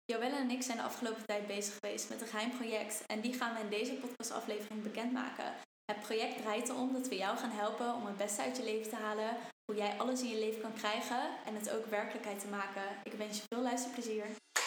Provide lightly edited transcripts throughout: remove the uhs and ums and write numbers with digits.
Joelle en ik zijn de afgelopen tijd bezig geweest met een geheim project en die gaan we in deze podcastaflevering bekendmaken. Het project draait erom dat we jou gaan helpen om het beste uit je leven te halen, hoe jij alles in je leven kan krijgen en het ook werkelijkheid te maken. Ik wens je veel luisterplezier.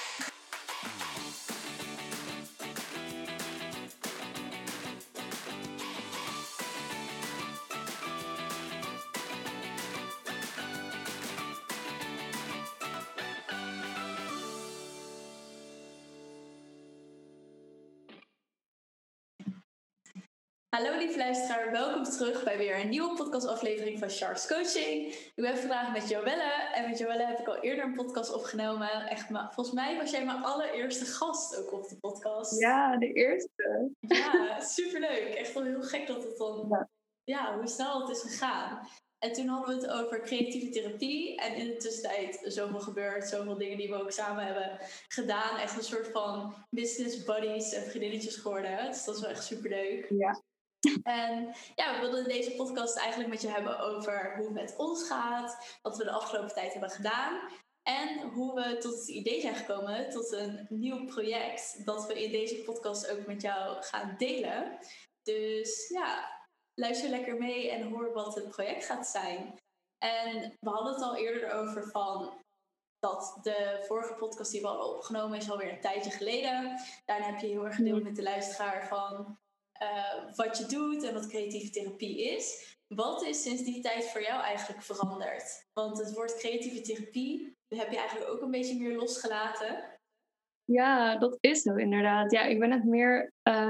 Hallo lieve luisteraar, welkom terug bij weer een nieuwe podcastaflevering van Sharks Coaching. Ik ben vandaag met Joelle en met Joelle heb ik al eerder een podcast opgenomen. Echt, volgens mij was jij mijn allereerste gast ook op de podcast. Ja, de eerste. Ja, superleuk. Echt wel heel gek dat het dan, hoe snel het is gegaan. En toen hadden we het over creatieve therapie. En in de tussentijd zoveel gebeurd. Zoveel dingen die we ook samen hebben gedaan. Echt een soort van business buddies en vriendinnetjes geworden. Dus dat is wel echt superleuk. Ja. En ja, we wilden in deze podcast eigenlijk met je hebben over hoe het met ons gaat. Wat we de afgelopen tijd hebben gedaan. En hoe we tot het idee zijn gekomen tot een nieuw project. Dat we in deze podcast ook met jou gaan delen. Dus ja, luister lekker mee en hoor wat het project gaat zijn. En we hadden het al eerder over van dat de vorige podcast die we hadden opgenomen is alweer een tijdje geleden. Daarna heb je heel erg gedeeld met de luisteraar van wat je doet en wat creatieve therapie is. Wat is sinds die tijd voor jou eigenlijk veranderd? Want het woord creatieve therapie heb je eigenlijk ook een beetje meer losgelaten. Ja, dat is zo inderdaad. Ja, ik ben het meer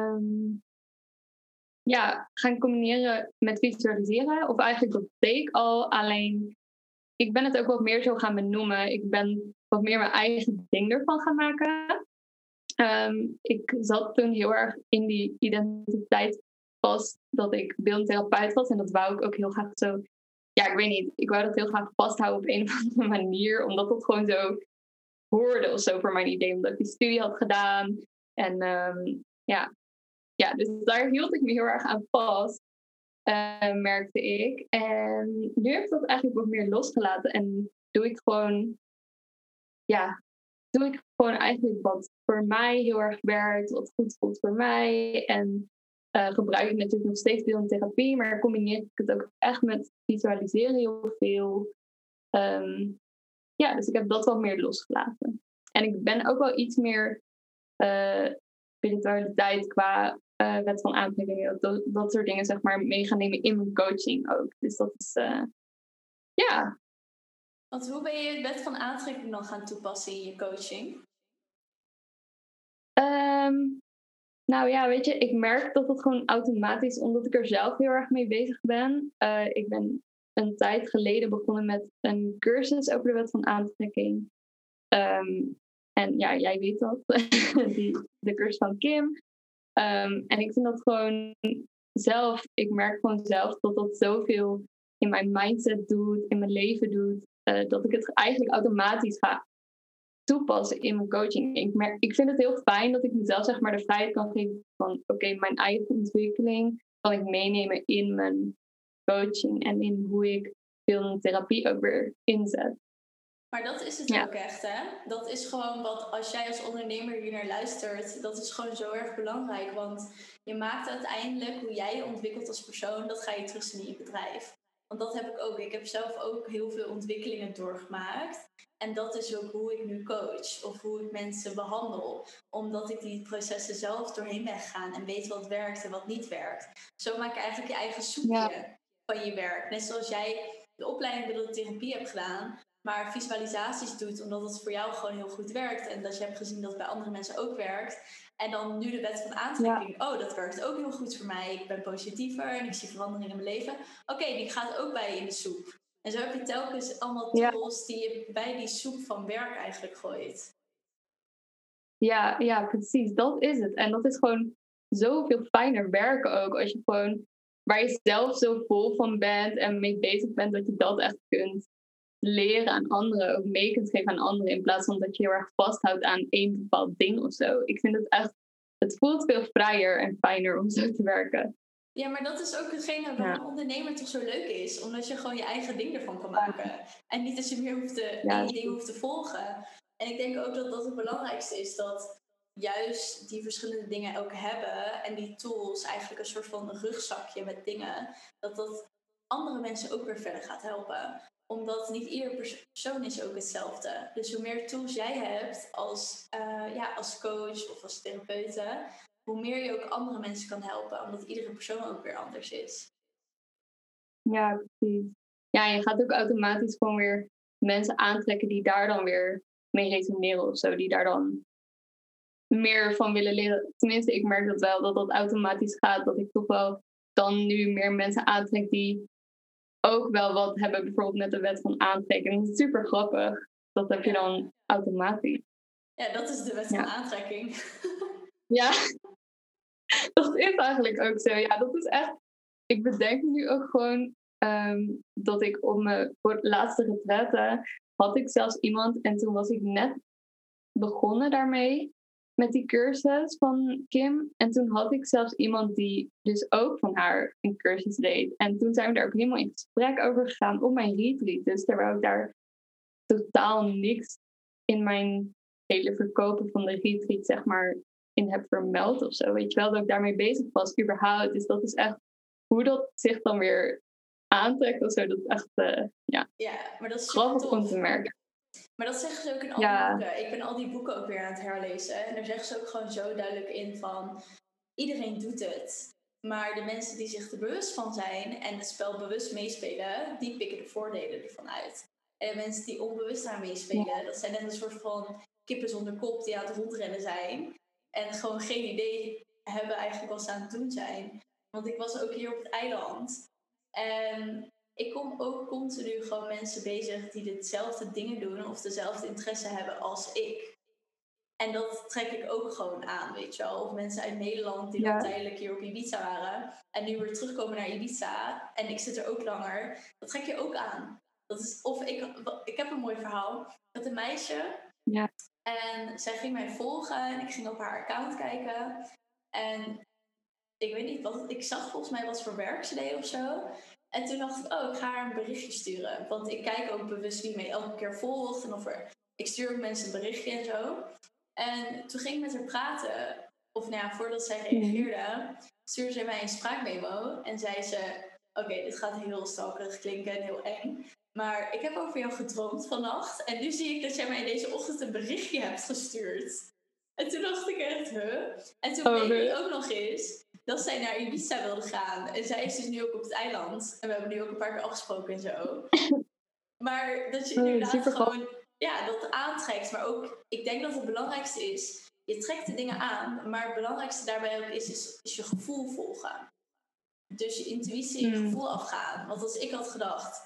gaan combineren met visualiseren. Of eigenlijk dat deed ik al. Alleen, ik ben het ook wat meer zo gaan benoemen. Ik ben wat meer mijn eigen ding ervan gaan maken. Ik zat toen heel erg in die identiteit vast dat ik beeldtherapeut was. En dat wou ik ook heel graag zo... Ja, ik weet niet. Ik wou dat heel graag vasthouden op een of andere manier. Omdat dat gewoon zo hoorde of zo voor mijn idee. Omdat ik die studie had gedaan. En dus daar hield ik me heel erg aan vast. Merkte ik. En nu heb ik dat eigenlijk wat meer losgelaten. En doe ik gewoon eigenlijk wat voor mij heel erg werkt. Wat goed voelt voor mij. En gebruik ik natuurlijk nog steeds veel in therapie. Maar combineer ik het ook echt met visualiseren heel veel. Dus ik heb dat wel meer losgelaten. En ik ben ook wel iets meer spiritualiteit qua wet van aantrekking. Dat soort dingen zeg maar mee gaan nemen in mijn coaching ook. Dus dat is Want hoe ben je het wet van aantrekking dan gaan toepassen in je coaching? Weet je, ik merk dat het gewoon automatisch, omdat ik er zelf heel erg mee bezig ben. Ik ben een tijd geleden begonnen met een cursus over de wet van aantrekking. En ja, jij weet dat. De cursus van Kim. En ik vind dat gewoon zelf, ik merk gewoon zelf dat dat zoveel in mijn mindset doet, in mijn leven doet, dat ik het eigenlijk automatisch ga toepassen in mijn coaching. Ik vind het heel fijn dat ik mezelf zeg maar de vrijheid kan geven van mijn eigen ontwikkeling kan ik meenemen in mijn coaching en in hoe ik therapie ook weer inzet. Maar dat is het ook echt, hè? Dat is gewoon wat, als jij als ondernemer hier naar luistert, dat is gewoon zo erg belangrijk. Want je maakt uiteindelijk hoe jij je ontwikkelt als persoon, dat ga je terugzien in je bedrijf. Want dat heb ik ook. Ik heb zelf ook heel veel ontwikkelingen doorgemaakt. En dat is ook hoe ik nu coach of hoe ik mensen behandel. Omdat ik die processen zelf doorheen ben gegaan en weet wat werkt en wat niet werkt. Zo maak je eigenlijk je eigen soepje van je werk. Net zoals jij de opleiding beeldende therapie hebt gedaan, maar visualisaties doet omdat het voor jou gewoon heel goed werkt. En dat je hebt gezien dat het bij andere mensen ook werkt. En dan nu de wet van aantrekking. Oh, dat werkt ook heel goed voor mij. Ik ben positiever en ik zie verandering in mijn leven. Oké, die gaat ook bij je in de soep. En zo heb je telkens allemaal tools die je bij die soep van werk eigenlijk gooit. Ja, precies. Dat is het. En dat is gewoon zoveel fijner werken ook. Als je gewoon waar je zelf zo vol van bent en mee bezig bent, dat je dat echt kunt leren aan anderen, ook mee kunt geven aan anderen, in plaats van dat je heel erg vasthoudt aan één bepaald ding of zo. Ik vind het echt, het voelt veel vrijer en fijner om zo te werken. Ja, maar dat is ook hetgene waarom ondernemer toch zo leuk is. Omdat je gewoon je eigen ding ervan kan maken. En niet dat je meer één ding hoeft te volgen. En ik denk ook dat dat het belangrijkste is, dat juist die verschillende dingen ook hebben en die tools eigenlijk een soort van rugzakje met dingen, dat andere mensen ook weer verder gaat helpen. Omdat niet ieder persoon is ook hetzelfde. Dus hoe meer tools jij hebt als coach of als therapeute, hoe meer je ook andere mensen kan helpen. Omdat iedere persoon ook weer anders is. Ja, precies. Ja, je gaat ook automatisch gewoon weer mensen aantrekken die daar dan weer mee resoneren of zo. Die daar dan meer van willen leren. Tenminste, ik merk dat wel, dat dat automatisch gaat. Dat ik toch wel dan nu meer mensen aantrek die ook wel wat hebben, bijvoorbeeld met de wet van aantrekking. Dat is super grappig. Dat heb je dan automatisch. Ja, dat is de wet van aantrekking. Ja, dat is eigenlijk ook zo. Ja, dat is echt... Ik bedenk nu ook gewoon dat ik op mijn laatste retraite had ik zelfs iemand, en toen was ik net begonnen daarmee, met die cursus van Kim. En toen had ik zelfs iemand die dus ook van haar een cursus deed. En toen zijn we daar ook helemaal in gesprek over gegaan op mijn retreat. Dus terwijl ik daar totaal niks in mijn hele verkopen van de retreat, zeg maar, in heb vermeld of zo. Weet je wel, dat ik daarmee bezig was, überhaupt. Dus dat is echt hoe dat zich dan weer aantrekt of zo. Dat is echt, maar dat is grappig om te merken. Maar dat zeggen ze ook in al die boeken. Ik ben al die boeken ook weer aan het herlezen. En daar zeggen ze ook gewoon zo duidelijk in van... Iedereen doet het. Maar de mensen die zich er bewust van zijn en het spel bewust meespelen, die pikken de voordelen ervan uit. En de mensen die onbewust aan meespelen, dat zijn net een soort van kippen zonder kop die aan het rondrennen zijn. En gewoon geen idee hebben eigenlijk wat ze aan het doen zijn. Want ik was ook hier op het eiland. En ik kom ook continu gewoon mensen bezig die dezelfde dingen doen of dezelfde interesse hebben als ik. En dat trek ik ook gewoon aan, weet je wel. Of mensen uit Nederland die dan tijdelijk hier op Ibiza waren. En nu weer terugkomen naar Ibiza. En ik zit er ook langer. Dat trek je ook aan. Dat is, ik heb een mooi verhaal. Ik had een meisje. Ja. En zij ging mij volgen. En ik ging op haar account kijken. En ik weet niet wat. Ik zag volgens mij wat voor werk ze deed of zo. En toen dacht ik, ik ga haar een berichtje sturen. Want ik kijk ook bewust wie mij elke keer volgt. En ik stuur ook mensen een berichtje en zo. En toen ging ik met haar praten. Of voordat zij reageerde, stuurde ze mij een spraakmemo. En zei ze, oké, dit gaat heel stalkerig klinken en heel eng. Maar ik heb over jou gedroomd vannacht. En nu zie ik dat jij mij deze ochtend een berichtje hebt gestuurd. En toen dacht ik echt, En toen bleek het ook nog eens dat zij naar Ibiza wilde gaan. En zij is dus nu ook op het eiland. En we hebben nu ook een paar keer afgesproken en zo. Maar dat je inderdaad gewoon... Ja, dat aantrekt. Maar ook, ik denk dat het belangrijkste is... Je trekt de dingen aan. Maar het belangrijkste daarbij ook is je gevoel volgen. Dus je intuïtie en je gevoel afgaan. Want als ik had gedacht...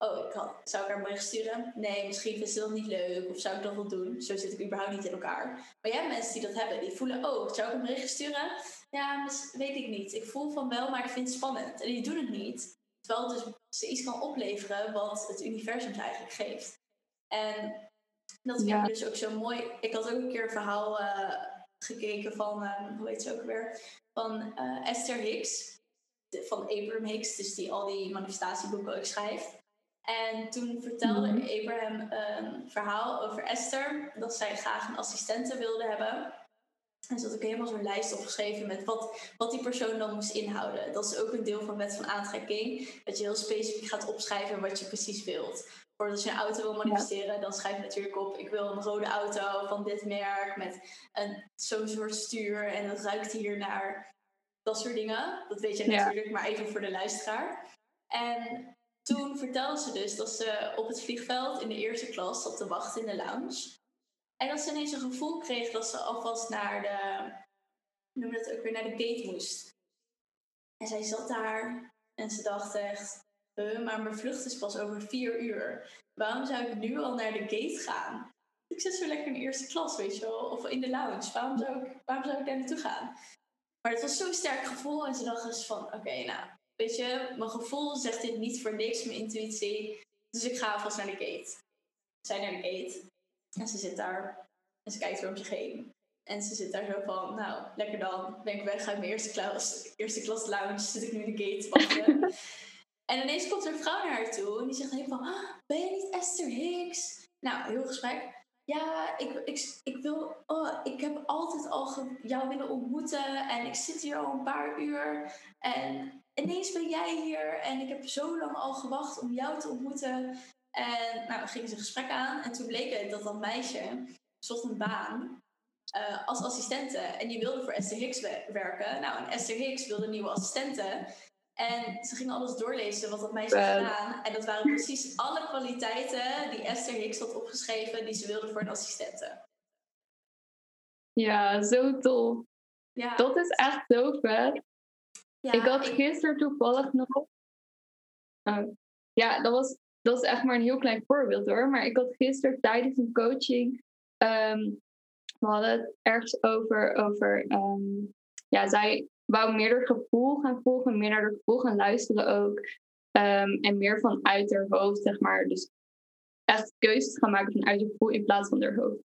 zou ik haar een bericht sturen? Nee, misschien vindt ze dat niet leuk. Of zou ik dat wel doen? Zo zit ik überhaupt niet in elkaar. Maar jij hebt mensen die dat hebben. Die voelen, zou ik een bericht sturen? Ja, weet ik niet. Ik voel van wel, maar ik vind het spannend. En die doen het niet. Terwijl het dus ze iets kan opleveren wat het universum ze eigenlijk geeft. En dat vind ik dus ook zo mooi. Ik had ook een keer een verhaal gekeken van, hoe heet ze ook weer? Van Esther Hicks. Van Abraham Hicks, dus die al die manifestatieboeken ook schrijft. En toen vertelde Abraham een verhaal over Esther. Dat zij graag een assistente wilde hebben. En ze had ook helemaal zo'n lijst opgeschreven met wat die persoon dan moest inhouden. Dat is ook een deel van wet van aantrekking. Dat je heel specifiek gaat opschrijven wat je precies wilt. Als je een auto wil manifesteren, dan schrijf je natuurlijk op... ik wil een rode auto van dit merk met zo'n soort stuur. En dat ruikt hier naar dat soort dingen. Dat weet jij natuurlijk, maar even voor de luisteraar. En toen vertelde ze dus dat ze op het vliegveld in de eerste klas zat te wachten in de lounge. En dat ze ineens een gevoel kreeg dat ze alvast naar naar de gate moest. En zij zat daar en ze dacht echt... maar mijn vlucht is pas over 4 uur. Waarom zou ik nu al naar de gate gaan? Ik zit zo lekker in de eerste klas, weet je wel. Of in de lounge. Waarom zou ik daar naartoe gaan? Maar het was zo'n sterk gevoel. En ze dacht dus van... weet je, mijn gevoel zegt dit niet voor niks. Mijn intuïtie. Dus ik ga alvast naar de gate. Zij naar de gate. En ze zit daar. En ze kijkt weer om zich heen. En ze zit daar zo van, lekker dan. Ben ik weg uit mijn eerste klas lounge. Zit ik nu in de gate te wachten. En ineens komt er een vrouw naar haar toe. En die zegt van, ben je niet Esther Hicks? Nou, heel gesprek. ja, ik heb altijd al jou willen ontmoeten en ik zit hier al een paar uur en ineens ben jij hier en ik heb zo lang al gewacht om jou te ontmoeten. En nou, dan gingen ze een gesprek aan en toen bleek het dat meisje zocht een baan als assistente en die wilde voor Esther Hicks werken. Nou, en Esther Hicks wilde een nieuwe assistente. En ze gingen alles doorlezen wat dat meisje had gedaan. En dat waren precies alle kwaliteiten die Esther Hicks had opgeschreven die ze wilde voor een assistente. Ja, zo tof. Ja. Dat is echt zo vet. Ja, ik had gisteren toevallig nog... ja, dat is echt maar een heel klein voorbeeld hoor. Maar ik had gisteren tijdens een coaching... we hadden het ergens over ja, zij wou meer door gevoel gaan volgen, meer naar haar gevoel gaan luisteren ook. En meer vanuit haar hoofd, zeg maar. Dus echt keuzes gaan maken vanuit haar gevoel in plaats van haar hoofd.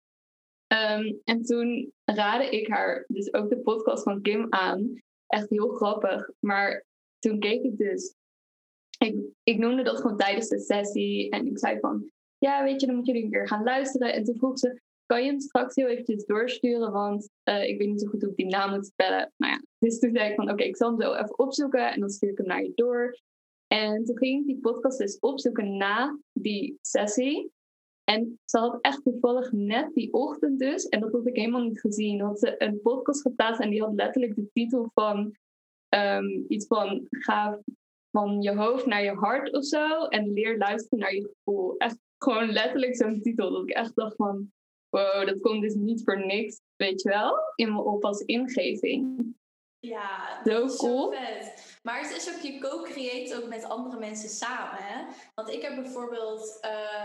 En toen raadde ik haar dus ook de podcast van Kim aan. Echt heel grappig. Maar toen keek ik dus... Ik noemde dat gewoon tijdens de sessie. En ik zei van... Ja, weet je, dan moeten jullie een keer gaan luisteren. En toen vroeg ze... Kan je hem straks heel eventjes doorsturen? Want ik weet niet zo goed hoe ik die naam moet spellen. Nou ja, dus toen zei ik van... Oké, ik zal hem zo even opzoeken. En dan stuur ik hem naar je door. En toen ging ik die podcast dus opzoeken na die sessie. En ze had echt toevallig net die ochtend dus, en dat had ik helemaal niet gezien, had ze een podcast geplaatst en die had letterlijk de titel van iets van ga van je hoofd naar je hart of zo en leer luisteren naar je gevoel. Echt gewoon letterlijk zo'n titel dat ik echt dacht van wow, dat komt dus niet voor niks, weet je wel, in me op als ingeving. Ja, dat is cool. Zo vet. Maar het is ook, je co-create ook met andere mensen samen, hè? Want ik heb bijvoorbeeld,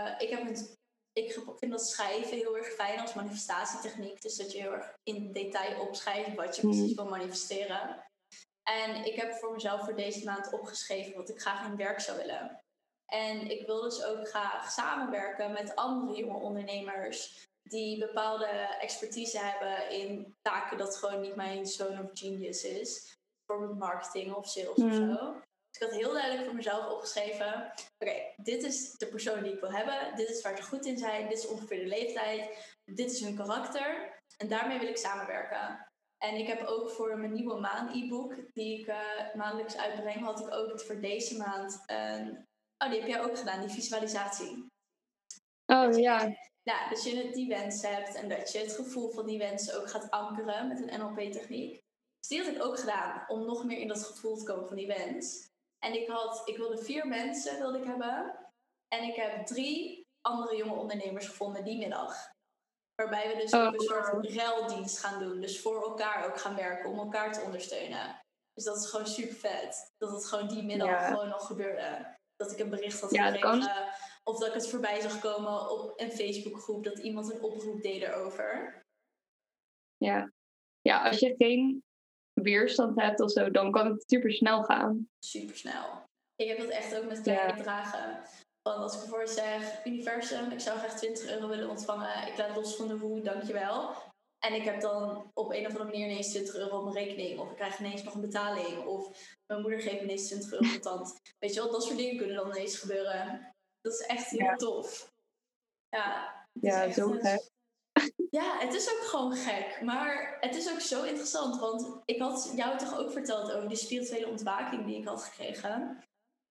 ik vind dat schrijven heel erg fijn als manifestatietechniek. Dus dat je heel erg in detail opschrijft wat je precies wil manifesteren. En ik heb voor mezelf voor deze maand opgeschreven wat ik graag in werk zou willen. En ik wil dus ook graag samenwerken met andere jonge ondernemers die bepaalde expertise hebben in taken dat gewoon niet mijn zone of genius is. Bijvoorbeeld marketing of sales of zo. Dus ik had heel duidelijk voor mezelf opgeschreven... Oké, dit is de persoon die ik wil hebben. Dit is waar ze goed in zijn. Dit is ongeveer de leeftijd. Dit is hun karakter. En daarmee wil ik samenwerken. En ik heb ook voor mijn nieuwe maan e-book... die ik maandelijks uitbreng... had ik ook voor deze maand... die heb jij ook gedaan, die visualisatie. Oh ja. Ja, dat je die wens hebt en dat je het gevoel van die wens ook gaat ankeren met een NLP-techniek. Dus die had ik ook gedaan om nog meer in dat gevoel te komen van die wens. En ik wilde 4 mensen hebben. En ik heb 3 andere jonge ondernemers gevonden die middag. Waarbij we dus ook een soort ruildienst gaan doen. Dus voor elkaar ook gaan werken om elkaar te ondersteunen. Dus dat is gewoon super vet. Dat het gewoon die middag gewoon nog gebeurde. Dat ik een bericht had gekregen. Of dat ik het voorbij zag komen op een Facebookgroep. Dat iemand een oproep deed erover. Ja, als je geen weerstand hebt of zo, dan kan het super snel gaan. Super snel. Ik heb dat echt ook met kleine bedragen. Want als ik bijvoorbeeld zeg, universum, ik zou graag €20 willen ontvangen. Ik laat los van de hoe, dankjewel. En ik heb dan op een of andere manier ineens €20 op mijn rekening. Of ik krijg ineens nog een betaling. Of mijn moeder geeft ineens €20 contant. Weet je wel, dat soort dingen kunnen dan ineens gebeuren. Dat is echt heel tof. Ja, zo gek. Ja, het is ook gewoon gek. Maar het is ook zo interessant. Want ik had jou toch ook verteld over die spirituele ontwaking die ik had gekregen.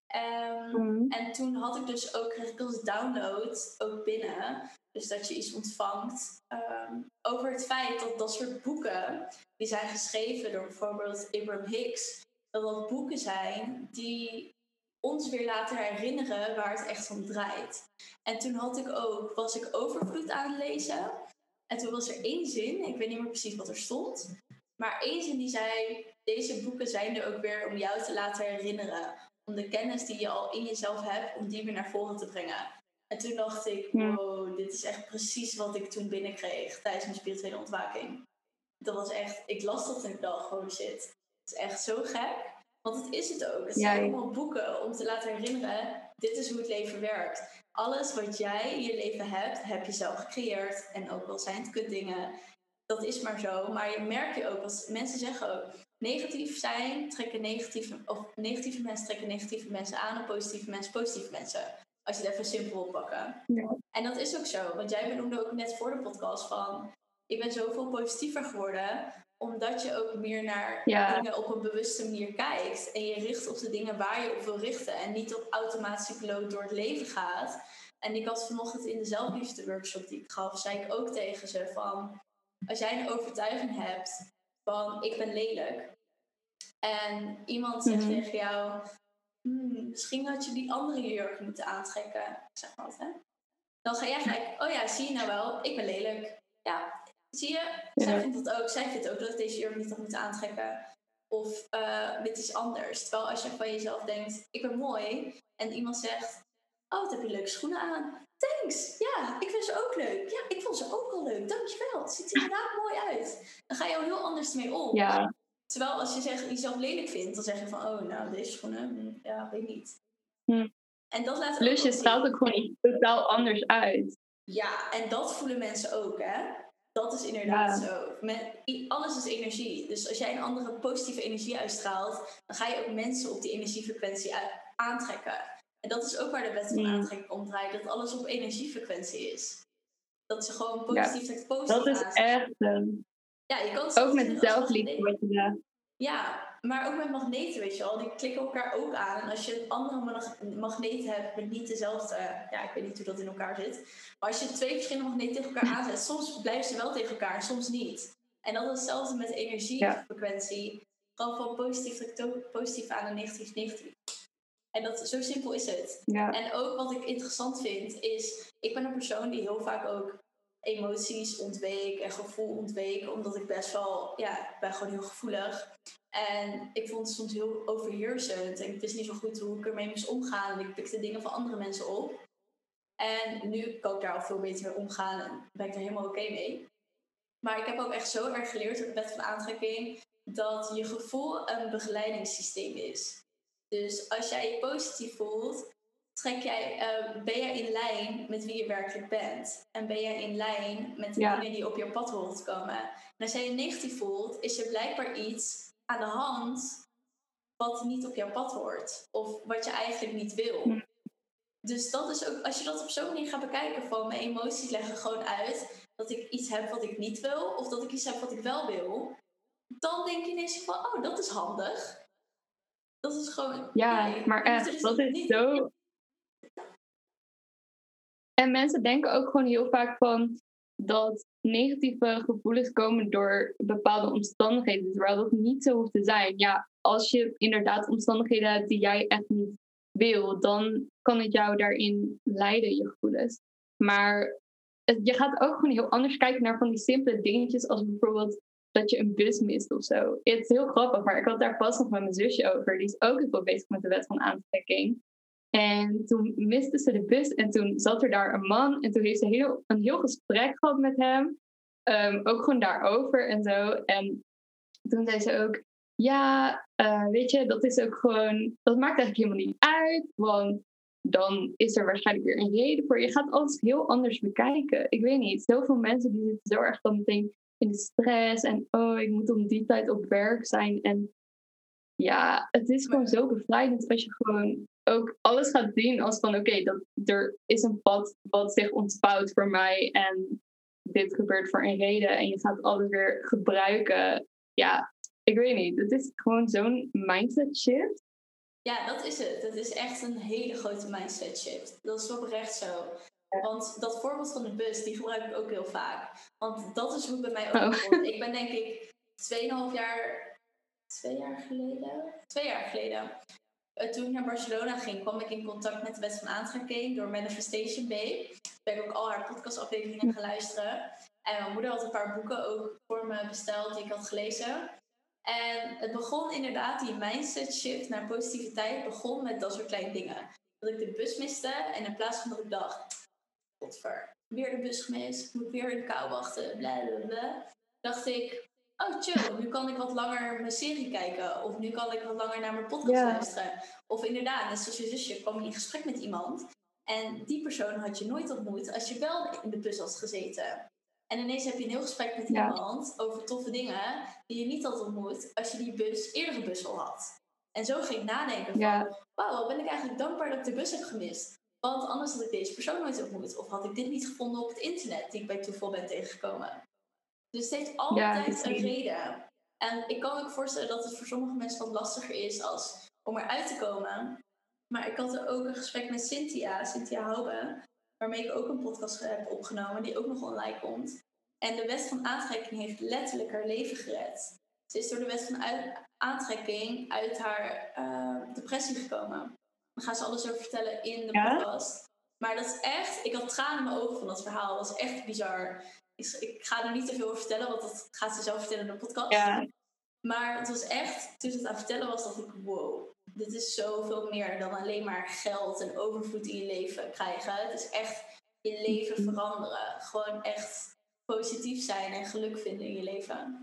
En toen kreeg ik als download ook binnen. Dus dat je iets ontvangt. Over het feit dat dat soort boeken, die zijn geschreven door bijvoorbeeld Abraham Hicks. Dat boeken zijn die ons weer laten herinneren waar het echt om draait. En toen was ik overvloed aan het lezen. En toen was er 1 zin, ik weet niet meer precies wat er stond. Maar 1 zin die zei, deze boeken zijn er ook weer om jou te laten herinneren. Om de kennis die je al in jezelf hebt, om die weer naar voren te brengen. En toen dacht ik, wow, dit is echt precies wat ik toen binnenkreeg tijdens mijn spirituele ontwaking. Dat was echt, ik las dat en ik dacht, holy shit. Het is echt zo gek. Want het is het ook. Het zijn allemaal boeken om te laten herinneren, dit is hoe het leven werkt. Alles wat jij in je leven hebt, heb je zelf gecreëerd. En ook al zijn het kutdingen, dat is maar zo. Maar je merkt ook, als mensen zeggen ook, negatieve mensen trekken negatieve mensen aan en positieve mensen positieve mensen. Als je het even simpel wil pakken. Ja. En dat is ook zo. Want jij benoemde ook net voor de podcast van... Ik ben zoveel positiever geworden. Omdat je ook meer naar dingen op een bewuste manier kijkt. En je richt op de dingen waar je op wil richten. En niet op automatische piloot door het leven gaat. En ik had vanochtend in de zelfliefde-workshop die ik gaf... zei ik ook tegen ze van... Als jij een overtuiging hebt van ik ben lelijk... En iemand zegt tegen jou... misschien had je die andere jurk moeten aantrekken. Ik zeg maar wat, hè? Dan ga jij gelijk... Oh ja, zie je nou wel? Ik ben lelijk. Ja, zie je? Zij vindt dat ook. Zij vindt ook dat ik deze jurk niet had moeten aantrekken. Of dit is anders. Terwijl als je van jezelf denkt... Ik ben mooi. En iemand zegt... Oh, wat heb je leuke schoenen aan. Thanks. Ja, ik vind ze ook leuk. Ja, ik vond ze ook al leuk. Dankjewel. Het ziet er inderdaad mooi uit. Dan ga je al heel anders mee om. Ja. Terwijl als je jezelf lelijk vindt, dan zeg je van... Oh, nou, deze schoenen, ja, weet niet. En dat laat plus je straalt ook gewoon iets totaal anders uit. Ja, en dat voelen mensen ook, hè. Dat is inderdaad zo. Alles is energie. Dus als jij een andere positieve energie uitstraalt... dan ga je ook mensen op die energiefrequentie aantrekken. En dat is ook waar de wet van aantrekking om draait. Dat alles op energiefrequentie is. Dat ze gewoon positief dat is echt... Ja, je kan ook met zelfliefde wat je zegt. Ja, maar ook met magneten, weet je wel. Die klikken elkaar ook aan. En als je een andere magneet hebt met niet dezelfde... Ja, ik weet niet hoe dat in elkaar zit. Maar als je 2 verschillende magneten tegen elkaar aanzet... soms blijven ze wel tegen elkaar en soms niet. En dat is hetzelfde met energiefrequentie. Gewoon van positief aan en negatief. En zo simpel is het. Ja. En ook wat ik interessant vind is... Ik ben een persoon die heel vaak ook... emoties ontweek en gevoel ontweek. Omdat ik best wel... Ja, ik ben gewoon heel gevoelig. En ik vond het soms heel overheersend. En ik wist niet zo goed hoe ik ermee moest omgaan. En ik pikte dingen van andere mensen op. En nu kan ik daar al veel beter mee omgaan. En ben ik er helemaal oké mee. Maar ik heb ook echt zo erg geleerd op de wet van aantrekking... dat je gevoel een begeleidingssysteem is. Dus als jij je positief voelt... ben jij in lijn met wie je werkelijk bent. En ben jij in lijn met de dingen die op je pad horen te komen. En als jij je negatief voelt, is er blijkbaar iets aan de hand... wat niet op jouw pad hoort. Of wat je eigenlijk niet wil. Dus dat is ook, als je dat op zo'n manier gaat bekijken... van mijn emoties leggen gewoon uit... dat ik iets heb wat ik niet wil... of dat ik iets heb wat ik wel wil... dan denk je ineens van, oh, dat is handig. Dat is gewoon... Ja, maar echt, dat is zo... En mensen denken ook gewoon heel vaak van... dat negatieve gevoelens komen door bepaalde omstandigheden. Terwijl dat niet zo hoeft te zijn. Ja, als je inderdaad omstandigheden hebt die jij echt niet wil... dan kan het jou daarin leiden, je gevoelens. Maar je gaat ook gewoon heel anders kijken naar van die simpele dingetjes... als bijvoorbeeld dat je een bus mist of zo. Het is heel grappig, maar ik had daar pas nog met mijn zusje over. Die is ook heel veel bezig met de wet van aantrekking. En toen miste ze de bus en toen zat er daar een man... en toen heeft ze een heel gesprek gehad met hem. Ook gewoon daarover en zo. En toen zei ze ook... Ja, weet je, dat is ook gewoon... Dat maakt eigenlijk helemaal niet uit. Want dan is er waarschijnlijk weer een reden voor. Je gaat alles heel anders bekijken. Ik weet niet, zoveel mensen die zitten zo erg dan meteen in de stress. En ik moet om die tijd op werk zijn. En ja, het is gewoon zo bevrijdend als je gewoon ook alles gaat zien als van er is een pad wat zich ontvouwt voor mij en dit gebeurt voor een reden en je gaat alles weer gebruiken. Ja, ik weet niet. Het is gewoon zo'n mindset shift. Ja, dat is het. Het is echt een hele grote mindset shift. Dat is oprecht zo. Want dat voorbeeld van de bus, die gebruik ik ook heel vaak. Want dat is hoe het bij mij ook begon. Ik ben denk ik 2,5 jaar... 2 jaar geleden. Toen ik naar Barcelona ging, kwam ik in contact met de wet van aantrekking door Manifestation Babe. Ben ik ook al haar podcastafleveringen gaan luisteren. En mijn moeder had een paar boeken ook voor me besteld die ik had gelezen. En het begon inderdaad, die mindset shift naar positiviteit begon met dat soort kleine dingen. Dat ik de bus miste en in plaats van dat ik dacht, godver, weer de bus gemist, moet weer in de kou wachten, blablabla. Dacht ik, oh chill, nu kan ik wat langer mijn serie kijken. Of nu kan ik wat langer naar mijn podcast luisteren. Of inderdaad, net zoals je zusje, kwam je in gesprek met iemand. En die persoon had je nooit ontmoet als je wel in de bus had gezeten. En ineens heb je een heel gesprek met iemand over toffe dingen die je niet had ontmoet als je die eerdere bus al had. En zo ging ik nadenken van, wauw, wat ben ik eigenlijk dankbaar dat ik de bus heb gemist. Want anders had ik deze persoon nooit ontmoet. Of had ik dit niet gevonden op het internet, die ik bij toeval ben tegengekomen. Dus het heeft altijd een reden. En ik kan me ook voorstellen dat het voor sommige mensen wat lastiger is om eruit te komen. Maar ik had er ook een gesprek met Cynthia Hoube, waarmee ik ook een podcast heb opgenomen, die ook nog online komt. En de wet van aantrekking heeft letterlijk haar leven gered. Ze is door de wet van aantrekking uit haar depressie gekomen. Daar gaan ze alles over vertellen in de podcast. Maar dat is echt, ik had tranen in mijn ogen van dat verhaal. Dat is echt bizar. Ik ga er niet te veel over vertellen, want dat gaat ze zelf vertellen in de podcast. Ja. Maar het was echt, toen ze het aan het vertellen was, dacht ik, wow, dit is zoveel meer dan alleen maar geld en overvloed in je leven krijgen. Het is echt je leven veranderen. Gewoon echt positief zijn en geluk vinden in je leven.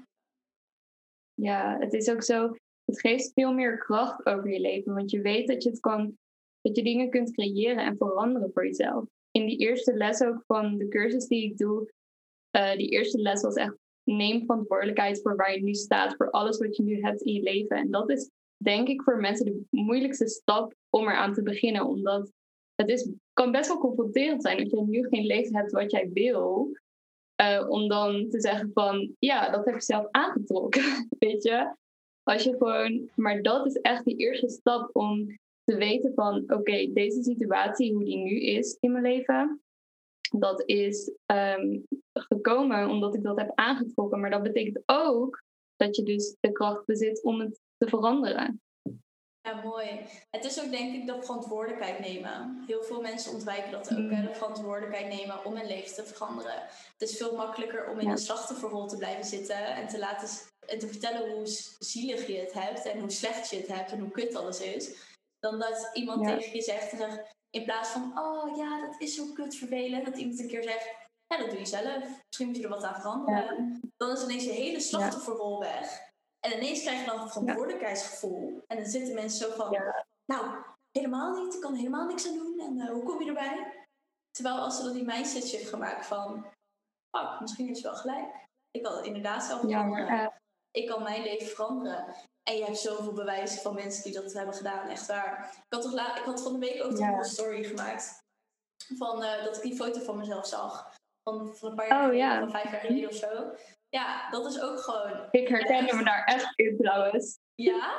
Ja, het is ook zo, het geeft veel meer kracht over je leven. Want je weet dat dat je dingen kunt creëren en veranderen voor jezelf. In die eerste les ook van de cursus die ik doe, die eerste les was echt, neem verantwoordelijkheid voor waar je nu staat, voor alles wat je nu hebt in je leven. En dat is denk ik voor mensen de moeilijkste stap om eraan te beginnen. Omdat kan best wel confronterend zijn als je nu geen leven hebt wat jij wil. Om dan te zeggen van, ja, dat heb ik zelf aangetrokken, weet je. Als je gewoon, maar dat is echt die eerste stap om te weten van, oké, deze situatie, hoe die nu is in mijn leven, dat is gekomen omdat ik dat heb aangetrokken. Maar dat betekent ook dat je dus de kracht bezit om het te veranderen. Ja, mooi. Het is ook denk ik dat verantwoordelijkheid nemen. Heel veel mensen ontwijken dat ook, de verantwoordelijkheid nemen om hun leven te veranderen. Het is veel makkelijker om in een slachtofferrol te blijven zitten en te vertellen hoe zielig je het hebt en hoe slecht je het hebt en hoe kut alles is. Dan dat iemand tegen je zegt, in plaats van, oh ja, dat is zo kut vervelend, dat iemand een keer zegt, ja, dat doe je zelf. Misschien moet je er wat aan veranderen. Dan is ineens je hele slachtofferrol weg. En ineens krijg je dan een verantwoordelijkheidsgevoel. En dan zitten mensen zo van, nou, helemaal niet. Ik kan er helemaal niks aan doen. En hoe kom je erbij? Terwijl als ze dan die mindset shift gaan maken van, fuck, misschien is het wel gelijk. Ik kan het inderdaad zelf veranderen. Ik kan mijn leven veranderen. En je hebt zoveel bewijzen van mensen die dat hebben gedaan. Echt waar. Ik had van de week ook nog een story gemaakt. Van dat ik die foto van mezelf zag. Van een paar jaar geleden, van 5 jaar geleden of zo. Ja, dat is ook gewoon... Ik herken me daar echt in trouwens. Ja?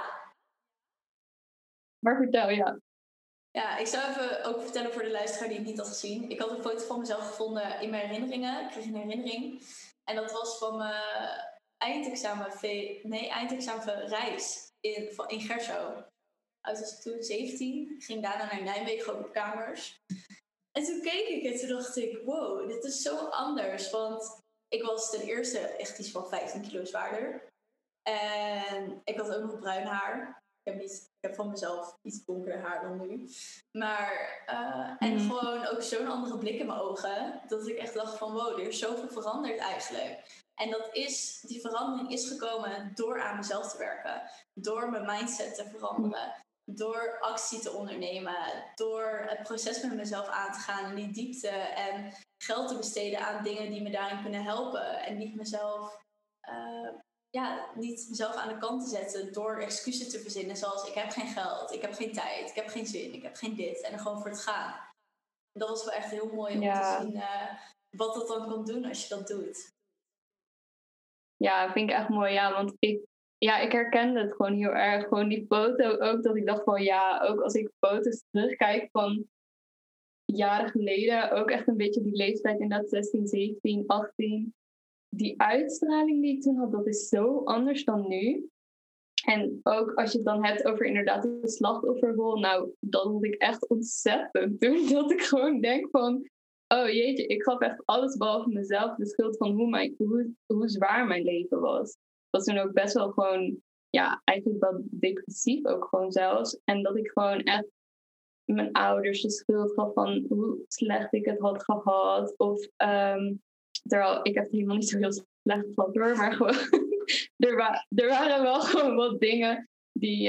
Maar vertel, Ja, ik zou even ook vertellen voor de luisteraar die het niet had gezien. Ik had een foto van mezelf gevonden in mijn herinneringen. Ik kreeg een herinnering. En dat was van mijn eindexamen reis in Gerso. Oud was ik toen 17. Ik ging daarna naar Nijmegen op kamers. En toen keek ik en toen dacht ik, wow, dit is zo anders. Want ik was ten eerste echt iets van 15 kilo zwaarder. En ik had ook nog bruin haar. Ik heb van mezelf iets donkerder haar dan nu. Maar, en gewoon ook zo'n andere blik in mijn ogen. Dat ik echt dacht van, wow, er is zoveel veranderd eigenlijk. En die verandering is gekomen door aan mezelf te werken. Door mijn mindset te veranderen. Door actie te ondernemen. Door het proces met mezelf aan te gaan in die diepte. En geld te besteden aan dingen die me daarin kunnen helpen. En niet mezelf... niet mezelf aan de kant te zetten door excuses te verzinnen. Zoals, ik heb geen geld, ik heb geen tijd, ik heb geen zin, ik heb geen dit. En er gewoon voor het gaan. En dat was wel echt heel mooi om te zien wat dat dan kan doen als je dat doet. Ja, vind ik echt mooi. Ja, want ik herkende het gewoon heel erg. Gewoon die foto ook, dat ik dacht van ook als ik foto's terugkijk van jaren geleden, ook echt een beetje die leeftijd in dat 16, 17, 18. Die uitstraling die ik toen had, dat is zo anders dan nu. En ook als je het dan hebt over inderdaad de slachtofferrol, nou, dat vond ik echt ontzettend toen. Dat ik gewoon denk van, oh jeetje, ik gaf echt alles behalve mezelf de schuld van hoe zwaar mijn leven was. Dat was toen ook best wel gewoon, eigenlijk wel depressief ook gewoon zelfs. En dat ik gewoon echt mijn ouders de schuld gaf van hoe slecht ik het had gehad. Of, terwijl ik heb het helemaal niet zo heel slecht gehad hoor, maar gewoon... Er waren wel gewoon wat dingen die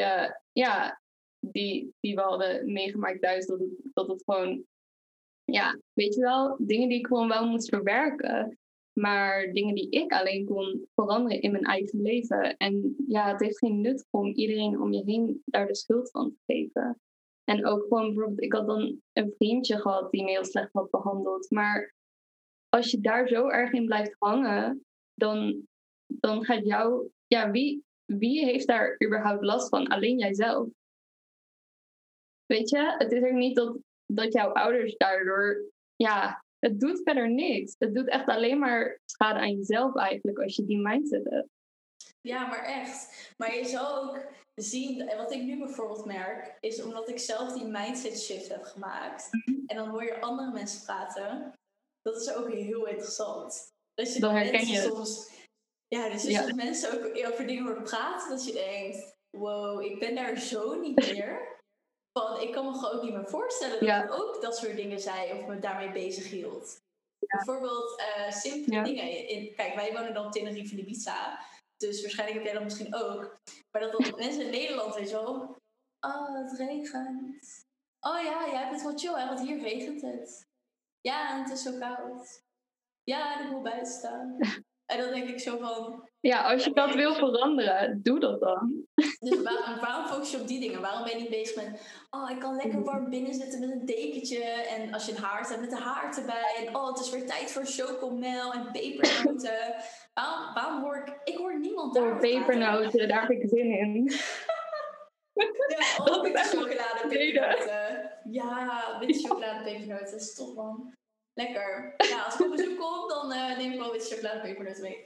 we hadden meegemaakt thuis. Dat het gewoon, weet je wel, dingen die ik gewoon wel moest verwerken. Maar dingen die ik alleen kon veranderen in mijn eigen leven. En het heeft geen nut om iedereen om je heen daar de schuld van te geven. En ook gewoon bijvoorbeeld, ik had dan een vriendje gehad die me heel slecht had behandeld. Maar als je daar zo erg in blijft hangen, dan gaat jou... Ja, wie heeft daar überhaupt last van? Alleen jijzelf. Weet je, het is ook niet dat jouw ouders daardoor... Ja, het doet verder niks. Het doet echt alleen maar schade aan jezelf eigenlijk als je die mindset hebt. Ja, maar echt. Maar je zal ook zien, en wat ik nu bijvoorbeeld merk, is omdat ik zelf die mindset shift heb gemaakt. En dan hoor je andere mensen praten. Dat is ook heel interessant. Dat je dan herken mensen je soms... Ja, dus je soms mensen ook over dingen hoort praten, dat je denkt, wow, ik ben daar zo niet meer. Van, ik kan me gewoon ook niet meer voorstellen dat ik ook dat soort dingen zei of me daarmee bezig hield. Bijvoorbeeld simpele dingen. Kijk, wij wonen dan Tenerife en Ibiza. Dus waarschijnlijk heb jij dat misschien ook. Maar dat dan mensen in Nederland, weet je wel. Oh, het regent. Oh ja, jij hebt het wel chill, hè, want hier regent het. Ja, en het is zo koud. Ja, en ik moet buiten staan. En dan denk ik zo van... Ja, als je dat wil veranderen, doe dat dan. Dus waarom focus je op die dingen? Waarom ben je niet bezig met... Oh, ik kan lekker warm binnen zitten met een dekentje. En als je een haard hebt, met de haard erbij. En oh, het is weer tijd voor chocomel en pepernoten. Waarom hoor ik... Ik hoor niemand daarover pepernoten, daar heb ik zin in. Ja, dat is echt chocolade pepernoten. Ja, witte chocolade pepernoten. Dat is top, man. Lekker. Ja, als ik op bezoek kom, dan neem ik wel witte chocolade pepernoten mee.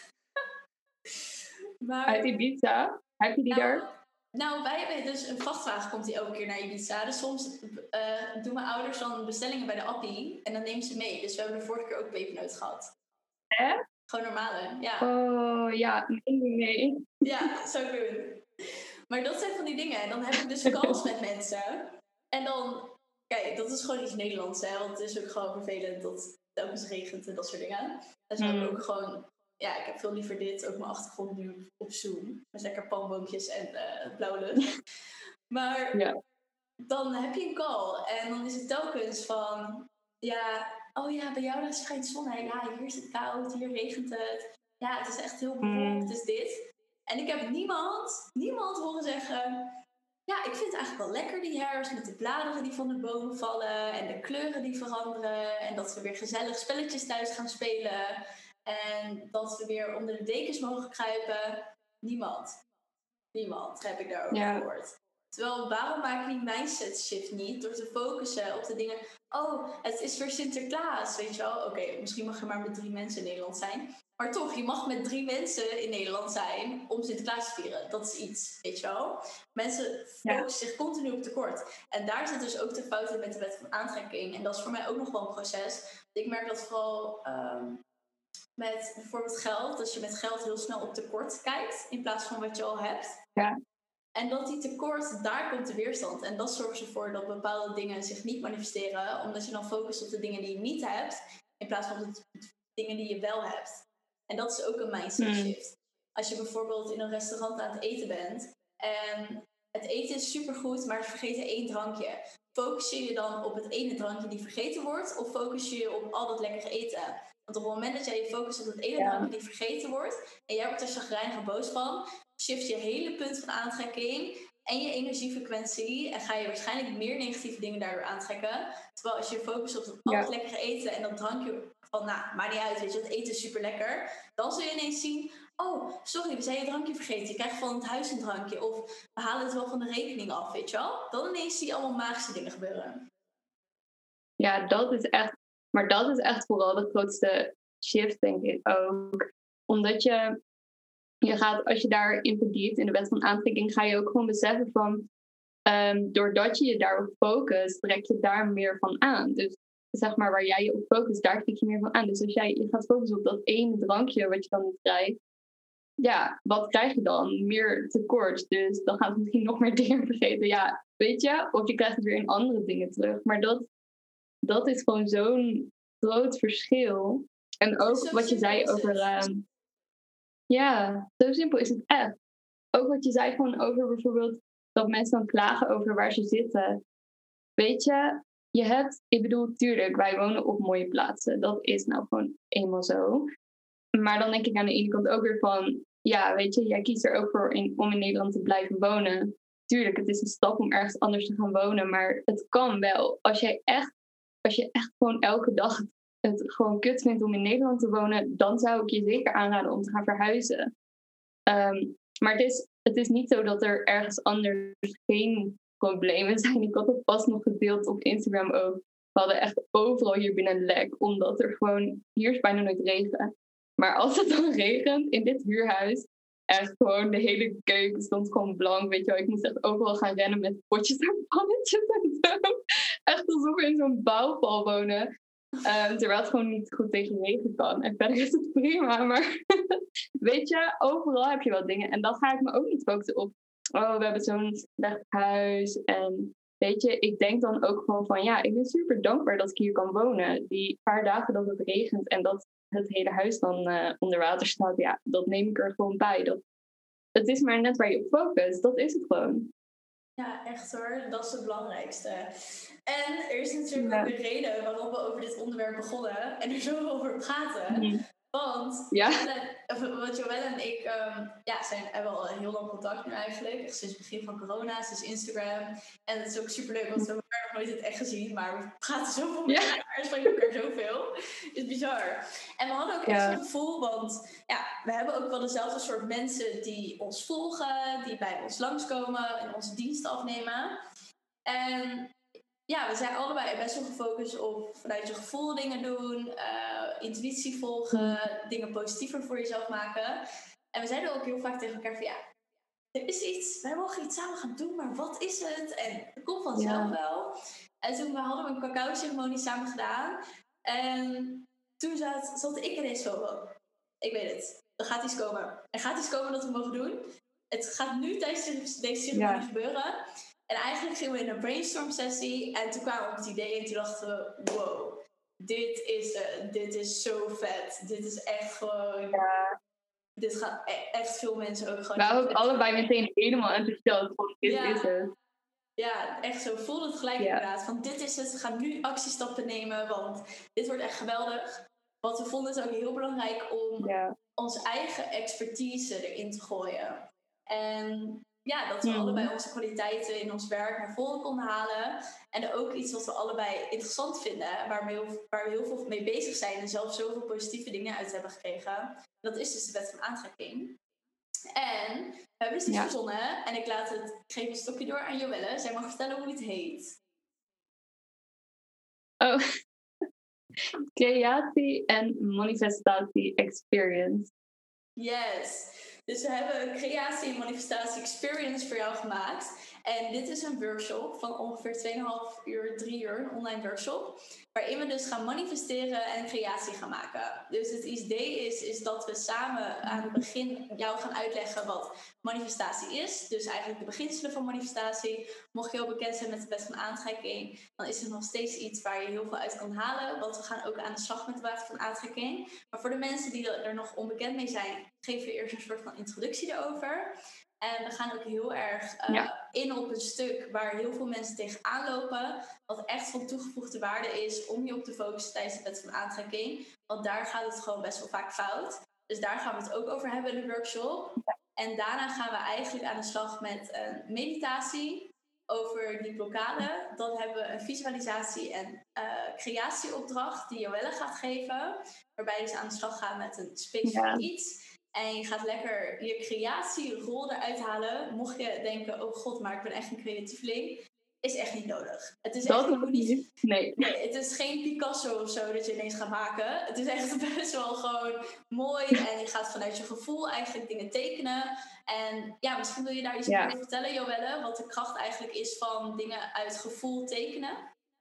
Maar, uit Ibiza? Heb je die daar? Nou, wij hebben dus een vrachtwagen komt die elke keer naar Ibiza. Dus soms doen mijn ouders dan bestellingen bij de appie. En dan nemen ze mee. Dus we hebben de vorige keer ook pepernoot gehad. Gewoon normale, ja. Oh, ja. Nee. Ja, zou ik doen. Maar dat zijn van die dingen. En dan heb ik dus calls met mensen. En dan... Kijk, dat is gewoon iets Nederlands, hè. Want het is ook gewoon vervelend dat het telkens regent en dat soort dingen. Dan zou ik ook gewoon... Ja, ik heb veel liever dit. Ook mijn achtergrond nu op Zoom. Met lekker palmboompjes en blauwe lucht. Maar dan heb je een call. En dan is het telkens van... Ja, oh ja, bij jou daar schijnt zon. Hè? Ja, hier is het koud. Hier regent het. Ja, het is echt heel bewolkt. Het is dit. En ik heb niemand horen zeggen... Ja, ik vind het eigenlijk wel lekker die herfst met de bladeren die van de bomen vallen en de kleuren die veranderen en dat we weer gezellig spelletjes thuis gaan spelen en dat we weer onder de dekens mogen kruipen. Niemand heb ik daarover gehoord. Terwijl, waarom maak je die mindset shift niet door te focussen op de dingen... Oh, het is weer Sinterklaas, weet je wel. Oké, misschien mag je maar met 3 mensen in Nederland zijn. Maar toch, je mag met 3 mensen in Nederland zijn om Sinterklaas te vieren. Dat is iets, weet je wel. Mensen focussen zich continu op tekort. En daar zit dus ook de fout in met de wet van aantrekking. En dat is voor mij ook nog wel een proces. Ik merk dat vooral met bijvoorbeeld geld. Dat je met geld heel snel op tekort kijkt in plaats van wat je al hebt. Ja. En dat die tekort, daar komt de weerstand. En dat zorgt ervoor dat bepaalde dingen zich niet manifesteren. Omdat je dan focust op de dingen die je niet hebt. In plaats van op de dingen die je wel hebt. En dat is ook een mindset shift. Als je bijvoorbeeld in een restaurant aan het eten bent. En het eten is supergoed, maar vergeten 1 drankje. Focus je je dan op het ene drankje die vergeten wordt? Of focus je je op al dat lekkere eten? Want op het moment dat jij je focust op het ene drankje die vergeten wordt... en jij wordt er chagrijnig en boos van... shift je hele punt van aantrekking en je energiefrequentie... en ga je waarschijnlijk meer negatieve dingen daardoor aantrekken. Terwijl als je focust op al het lekkere eten en dat drankje... van, nou, maakt niet uit, weet je, het eten is super lekker... dan zul je ineens zien... Oh, sorry, we zijn je drankje vergeten. Je krijgt van het huis een drankje. Of we halen het wel van de rekening af, weet je wel. Dan ineens zie je allemaal magische dingen gebeuren. Ja, dat is echt... Maar dat is echt vooral de grootste shift, denk ik ook. Omdat je gaat, als je daarin verdiept, in de wet van aantrekking, ga je ook gewoon beseffen van... doordat je je daarop focust, trek je daar meer van aan. Dus zeg maar, waar jij je op focust, daar trek je meer van aan. Dus als jij je gaat focussen op dat ene drankje wat je dan niet krijgt... Ja, wat krijg je dan? Meer tekort. Dus dan gaat het misschien nog meer dingen vergeten. Ja, weet je? Of je krijgt het weer in andere dingen terug. Maar dat is gewoon zo'n groot verschil. En ook wat je zei over... ja, zo simpel is het echt. Ook wat je zei gewoon over bijvoorbeeld... dat mensen dan klagen over waar ze zitten. Weet je, je hebt... Ik bedoel, tuurlijk, wij wonen op mooie plaatsen. Dat is nou gewoon eenmaal zo. Maar dan denk ik aan de ene kant ook weer van... Ja, weet je, jij kiest er ook voor om in Nederland te blijven wonen. tuurlijk, het is een stap om ergens anders te gaan wonen, maar het kan wel. Als je echt gewoon elke dag het gewoon kut vindt om in Nederland te wonen, dan zou ik je zeker aanraden om te gaan verhuizen. Maar het is niet zo dat er ergens anders geen problemen zijn. Ik had het pas nog gedeeld op Instagram ook. We hadden echt overal hier binnen lek, omdat er gewoon, hier is bijna nooit regen. Maar als het dan regent in dit huurhuis, echt gewoon de hele keuken stond gewoon blank, weet je wel. Ik moest echt overal gaan rennen met potjes en pannetjes en zo. Echt alsof we in zo'n bouwval wonen. Terwijl het gewoon niet goed tegen regen kan. En verder is het prima, maar weet je, overal heb je wel dingen. En dan ga ik me ook niet focussen op, oh, we hebben zo'n slecht huis. En weet je, ik denk dan ook gewoon van, ja, ik ben super dankbaar dat ik hier kan wonen. Die paar dagen dat het regent en dat het hele huis dan onder water staat, ja, dat neem ik er gewoon bij. Het is maar net waar je op focust, dat is het gewoon. Ja, echt hoor. Dat is het belangrijkste. En er is natuurlijk ook een reden waarom we over dit onderwerp begonnen en er zo over praten. Mm-hmm. Want Joelle en ik hebben al heel lang contact nu eigenlijk. Echt sinds het begin van corona, sinds Instagram. En het is ook superleuk, want we hebben elkaar nog nooit in het echt gezien. Maar we praten zoveel met elkaar en spreken elkaar zoveel. Het is bizar. En we hadden ook echt zo'n gevoel, want we hebben ook wel dezelfde soort mensen die ons volgen, die bij ons langskomen en onze dienst afnemen. En ja, we zijn allebei best wel gefocust op vanuit je gevoel dingen doen, intuïtie volgen, dingen positiever voor jezelf maken. En we zeiden ook heel vaak tegen elkaar van er is iets, wij mogen iets samen gaan doen, maar wat is het? En het komt vanzelf wel. En toen hadden we een cacao-ceremonie samen gedaan. En toen zat ik ineens zo, ik weet het, er gaat iets komen. Er gaat iets komen dat we mogen doen. Het gaat nu tijdens deze ceremonie gebeuren. En eigenlijk gingen we in een brainstorm sessie. En toen kwamen we op het idee en toen dachten we, wow, dit is zo vet. Dit is echt gewoon... Dit gaat echt veel mensen ook gewoon... We waren ook allebei meteen helemaal enthousiast. Want dit is het. Ja, echt zo. Voelde het gelijk inderdaad. Van dit is het, we gaan nu actiestappen nemen. Want dit wordt echt geweldig. Want we vonden het ook heel belangrijk om onze eigen expertise erin te gooien. En dat we allebei onze kwaliteiten in ons werk naar voren konden halen. En ook iets wat we allebei interessant vinden. Waar we heel veel mee bezig zijn. En zelf zoveel positieve dingen uit hebben gekregen. Dat is dus de wet van aantrekking. En we hebben dus iets verzonnen. En ik geef een stokje door aan Joelle. Zij mag vertellen hoe het heet. Oh. Creatie en manifestatie experience. Yes. Dus we hebben een creatie en manifestatie experience voor jou gemaakt. En dit is een workshop van ongeveer 2,5 uur, 3 uur, een online workshop. Waarin we dus gaan manifesteren en creatie gaan maken. Dus het idee is dat we samen aan het begin jou gaan uitleggen wat manifestatie is. Dus eigenlijk de beginselen van manifestatie. Mocht je al bekend zijn met de wet van aantrekking, dan is het nog steeds iets waar je heel veel uit kan halen. Want we gaan ook aan de slag met de wet van aantrekking. Maar voor de mensen die er nog onbekend mee zijn, geven we eerst een soort van introductie erover. En we gaan ook heel erg in op een stuk waar heel veel mensen tegenaan lopen. Wat echt van toegevoegde waarde is om je op te focussen tijdens de wet van aantrekking. Want daar gaat het gewoon best wel vaak fout. Dus daar gaan we het ook over hebben in de workshop. En daarna gaan we eigenlijk aan de slag met een meditatie over die blokkade. Dan hebben we een visualisatie en creatieopdracht die Joelle gaat geven. Waarbij je dus aan de slag gaat met een specifiek iets. En je gaat lekker je creatierol eruit halen. Mocht je denken, oh god, maar ik ben echt een creatieveling. Is echt niet nodig. Het is dat echt niet. Nee, het is geen Picasso of zo dat je ineens gaat maken. Het is echt best wel gewoon mooi. En je gaat vanuit je gevoel eigenlijk dingen tekenen. En misschien wil je daar iets over vertellen, Joelle. Wat de kracht eigenlijk is van dingen uit gevoel tekenen.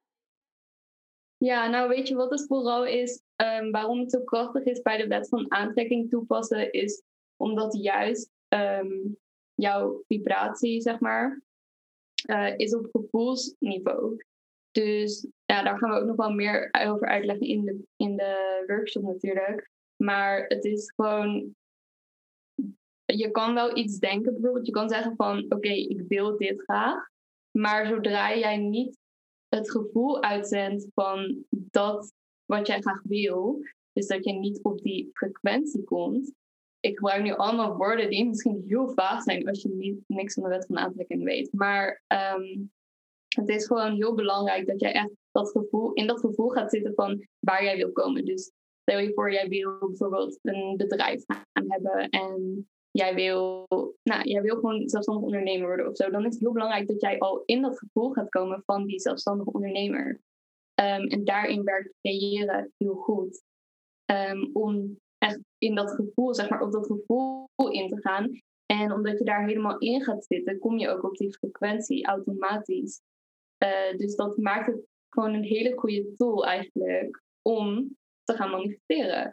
Ja, nou weet je wat het vooral is? Waarom het zo krachtig is bij de wet van aantrekking toepassen, is omdat juist jouw vibratie, zeg maar, is op gevoelsniveau. Dus daar gaan we ook nog wel meer over uitleggen in de workshop natuurlijk. Maar het is gewoon, je kan wel iets denken bijvoorbeeld. Je kan zeggen van, oké, ik wil dit graag. Maar zodra jij niet het gevoel uitzendt van dat wat jij graag wil, dus dat je niet op die frequentie komt, ik gebruik nu allemaal woorden die misschien heel vaag zijn als je niks van de wet van aantrekking weet. Maar het is gewoon heel belangrijk dat jij echt in dat gevoel gaat zitten van waar jij wil komen. Dus stel je voor, jij wil bijvoorbeeld een bedrijf gaan hebben en jij wil gewoon zelfstandig ondernemer worden of zo. Dan is het heel belangrijk dat jij al in dat gevoel gaat komen van die zelfstandige ondernemer. En daarin werkt creëren heel goed. Om echt in dat gevoel, zeg maar, op dat gevoel in te gaan. En omdat je daar helemaal in gaat zitten, kom je ook op die frequentie automatisch. Dus dat maakt het gewoon een hele goede tool eigenlijk om te gaan manifesteren.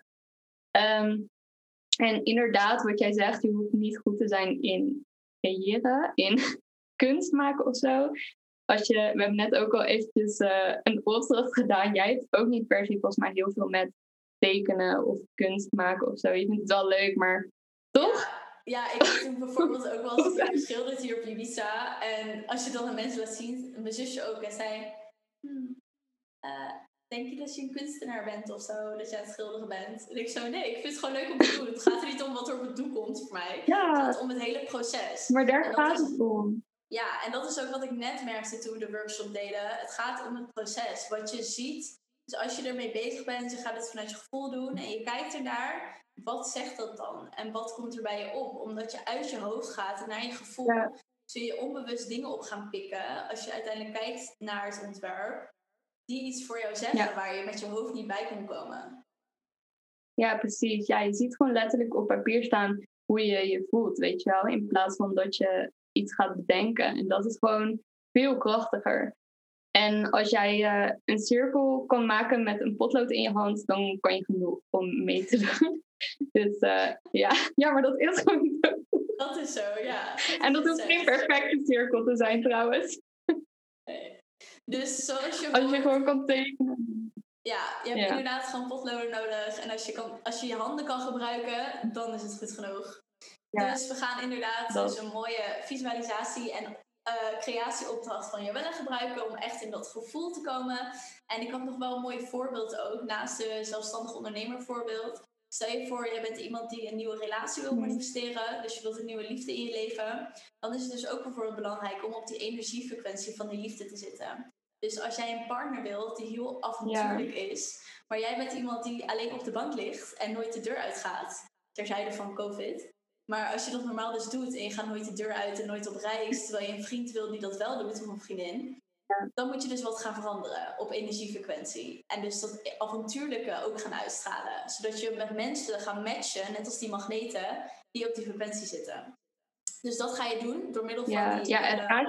En inderdaad, wat jij zegt, je hoeft niet goed te zijn in creëren, in kunst maken of zo. We hebben net ook al eventjes een opdracht gedaan. Jij hebt ook niet per se volgens mij heel veel met tekenen of kunst maken of zo. Je vindt het wel leuk, maar toch? Ja, ik heb toen bijvoorbeeld ook wel eens geschilderd hier op Ibiza. En als je dan aan mensen laat zien, mijn zusje ook, en zei... denk je dat je een kunstenaar bent of zo? Dat je aan het schilderen bent? En ik zo, nee, ik vind het gewoon leuk om te doen. Het gaat er niet om wat er op het doek komt voor mij. Ja, het gaat om het hele proces. Maar daar gaat het om. Ja, en dat is ook wat ik net merkte toen we de workshop deden. Het gaat om het proces. Wat je ziet. Dus als je ermee bezig bent, je gaat het vanuit je gevoel doen. En je kijkt ernaar. Wat zegt dat dan? En wat komt er bij je op? Omdat je uit je hoofd gaat naar je gevoel. Ja. Zul je onbewust dingen op gaan pikken. Als je uiteindelijk kijkt naar het ontwerp. Die iets voor jou zeggen waar je met je hoofd niet bij kon komen. Ja, precies. Ja, je ziet gewoon letterlijk op papier staan hoe je je voelt, weet je wel. In plaats van dat je iets gaat bedenken. En dat is gewoon veel krachtiger. En als jij een cirkel kan maken met een potlood in je hand, dan kan je genoeg om mee te doen. Dus ja, maar dat is gewoon zo. Dat is zo, ja. En dat hoeft geen perfecte cirkel te zijn trouwens. Nee. Dus zoals je als je gewoon kan tekenen. Ja, je hebt inderdaad gewoon potloden nodig. En als je je handen kan gebruiken, dan is het goed genoeg. Ja. Dus we gaan inderdaad dus een mooie visualisatie en creatieopdracht van Joelle gebruiken om echt in dat gevoel te komen. En ik had nog wel een mooi voorbeeld ook, naast de zelfstandig ondernemer voorbeeld. Stel je voor, je bent iemand die een nieuwe relatie wil manifesteren, dus je wilt een nieuwe liefde in je leven. Dan is het dus ook bijvoorbeeld belangrijk om op die energiefrequentie van die liefde te zitten. Dus als jij een partner wilt die heel avontuurlijk is, maar jij bent iemand die alleen op de bank ligt en nooit de deur uitgaat, terzijde van COVID. Maar als je dat normaal dus doet en je gaat nooit de deur uit en nooit op reis, terwijl je een vriend wil die dat wel doet of een vriendin, dan moet je dus wat gaan veranderen op energiefrequentie. En dus dat avontuurlijke ook gaan uitstralen. Zodat je met mensen gaat matchen, net als die magneten, die op die frequentie zitten. Dus dat ga je doen door middel van die...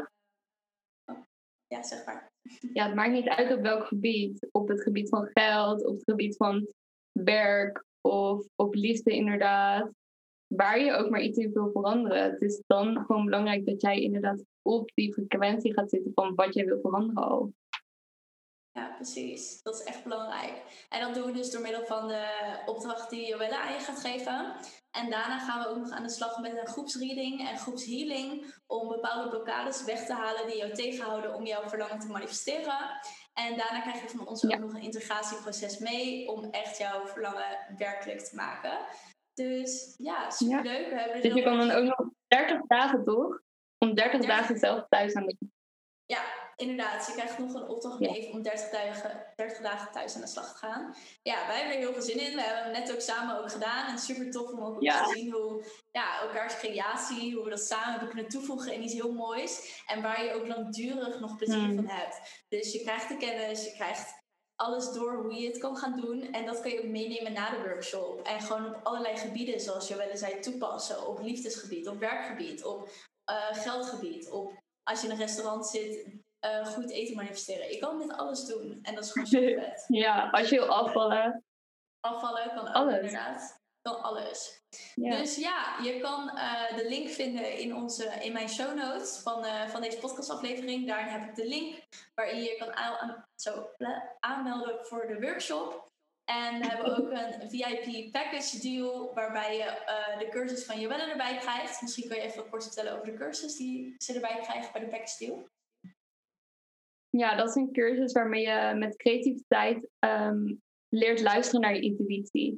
Ja, zeg maar. Ja, het maakt niet uit op welk gebied. Op het gebied van geld, op het gebied van werk of op liefde inderdaad. Waar je ook maar iets in wil veranderen. Het is dan gewoon belangrijk dat jij inderdaad op die frequentie gaat zitten van wat jij wil veranderen al. Ja, precies. Dat is echt belangrijk. En dat doen we dus door middel van de opdracht die Joelle aan je gaat geven. En daarna gaan we ook nog aan de slag met een groepsreading en groepshealing om bepaalde blokkades weg te halen die jou tegenhouden om jouw verlangen te manifesteren. En daarna krijg je van ons ook nog een integratieproces mee om echt jouw verlangen werkelijk te maken. Dus ja, superleuk. We hebben dus je kan dan ook nog 30 dagen, toch? Om 30 dagen zelf thuis aan de... Ja, inderdaad. Je krijgt nog een opdracht mee om 30 dagen thuis aan de slag te gaan. Ja, wij hebben er heel veel zin in. We hebben hem net ook samen ook gedaan. En super tof om ook te zien hoe elkaars creatie, hoe we dat samen hebben kunnen toevoegen in iets heel moois. En waar je ook langdurig nog plezier van hebt. Dus je krijgt de kennis, je krijgt alles door hoe je het kan gaan doen. En dat kan je ook meenemen na de workshop. En gewoon op allerlei gebieden, zoals Joelle zei, toepassen. Op liefdesgebied, op werkgebied, op geldgebied, op... Als je in een restaurant zit, goed eten manifesteren. Je kan met alles doen. En dat is gewoon super vet. Ja, als je wil afvallen. Afvallen kan ook, inderdaad. Kan alles. Ja. Dus ja, je kan de link vinden in mijn show notes van deze podcastaflevering. Daarin heb ik de link waarin je kan aanmelden voor de workshop. En we hebben ook een VIP package deal waarbij je de cursus van Joelle erbij krijgt. Misschien kan je even kort vertellen over de cursus die ze erbij krijgen bij de package deal. Ja, dat is een cursus waarmee je met creativiteit leert luisteren naar je intuïtie.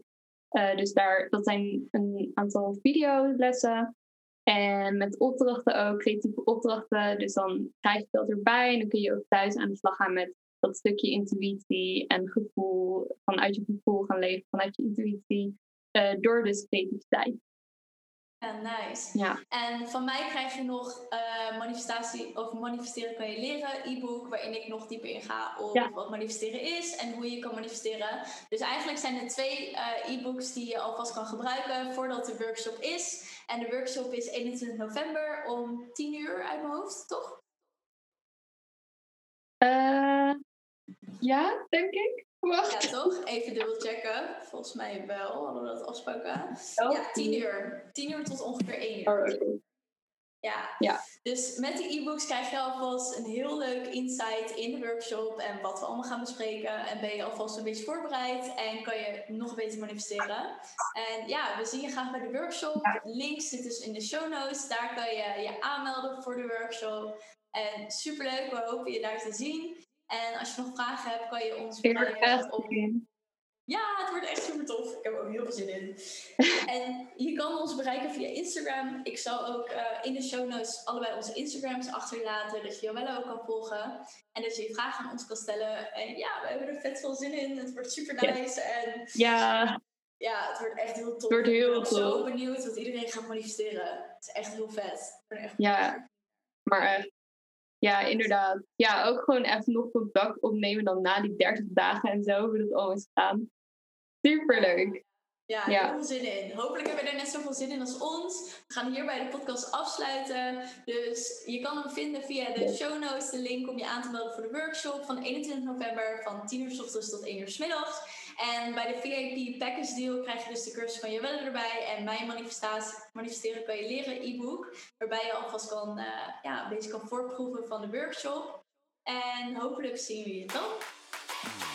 Dus dat zijn een aantal videolessen. En met opdrachten ook, creatieve opdrachten. Dus dan krijg je dat erbij. En dan kun je ook thuis aan de slag gaan met dat stukje intuïtie en gevoel. Vanuit je gevoel gaan leven, vanuit je intuïtie. Door dus creativiteit. Ja, nice. Ja. En van mij krijg je nog manifestatie of manifesteren kan je leren e-book, waarin ik nog dieper inga op wat manifesteren is en hoe je kan manifesteren. Dus eigenlijk zijn er 2 e-books die je alvast kan gebruiken voordat de workshop is. En de workshop is 21 november om 10 uur uit mijn hoofd, toch? Ja, denk ik. Wacht. Ja, toch? Even dubbelchecken. Volgens mij wel. Hadden we dat afgesproken? Oh. Ja, 10 uur. 10 uur tot ongeveer 1 uur. Oh, okay. Ja. Dus met die e-books krijg je alvast een heel leuk insight in de workshop en wat we allemaal gaan bespreken. En ben je alvast een beetje voorbereid en kan je nog beter manifesteren. En ja, we zien je graag bij de workshop. Links zit dus in de show notes. Daar kan je je aanmelden voor de workshop. En superleuk, we hopen je daar te zien. En als je nog vragen hebt, kan je ons bereiken op... Ja, het wordt echt super tof. Ik heb er ook heel veel zin in. En je kan ons bereiken via Instagram. Ik zal ook in de show notes allebei onze Instagrams achterlaten. Dat je Joelle ook kan volgen. En dat je je vragen aan ons kan stellen. En ja, we hebben er vet veel zin in. Het wordt super nice. En ja, het wordt echt heel tof. Ik ben zo benieuwd wat iedereen gaat manifesteren. Het is echt heel vet. Ik ben echt maar echt. Ja, inderdaad. Ja, ook gewoon even nog contact opnemen dan na die 30 dagen en zo. Hoe dat allemaal is gegaan. Superleuk. Ja, heel veel zin in. Hopelijk hebben we er net zoveel zin in als ons. We gaan hierbij de podcast afsluiten. Dus je kan hem vinden via de show notes. De link om je aan te melden voor de workshop van 21 november van 10 uur 's ochtends tot 1 uur 's middags. En bij de VIP package deal krijg je dus de cursus van Joelle erbij. En mijn manifesteren kan je leren e-book. Waarbij je alvast een beetje kan voorproeven van de workshop. En hopelijk zien we je dan.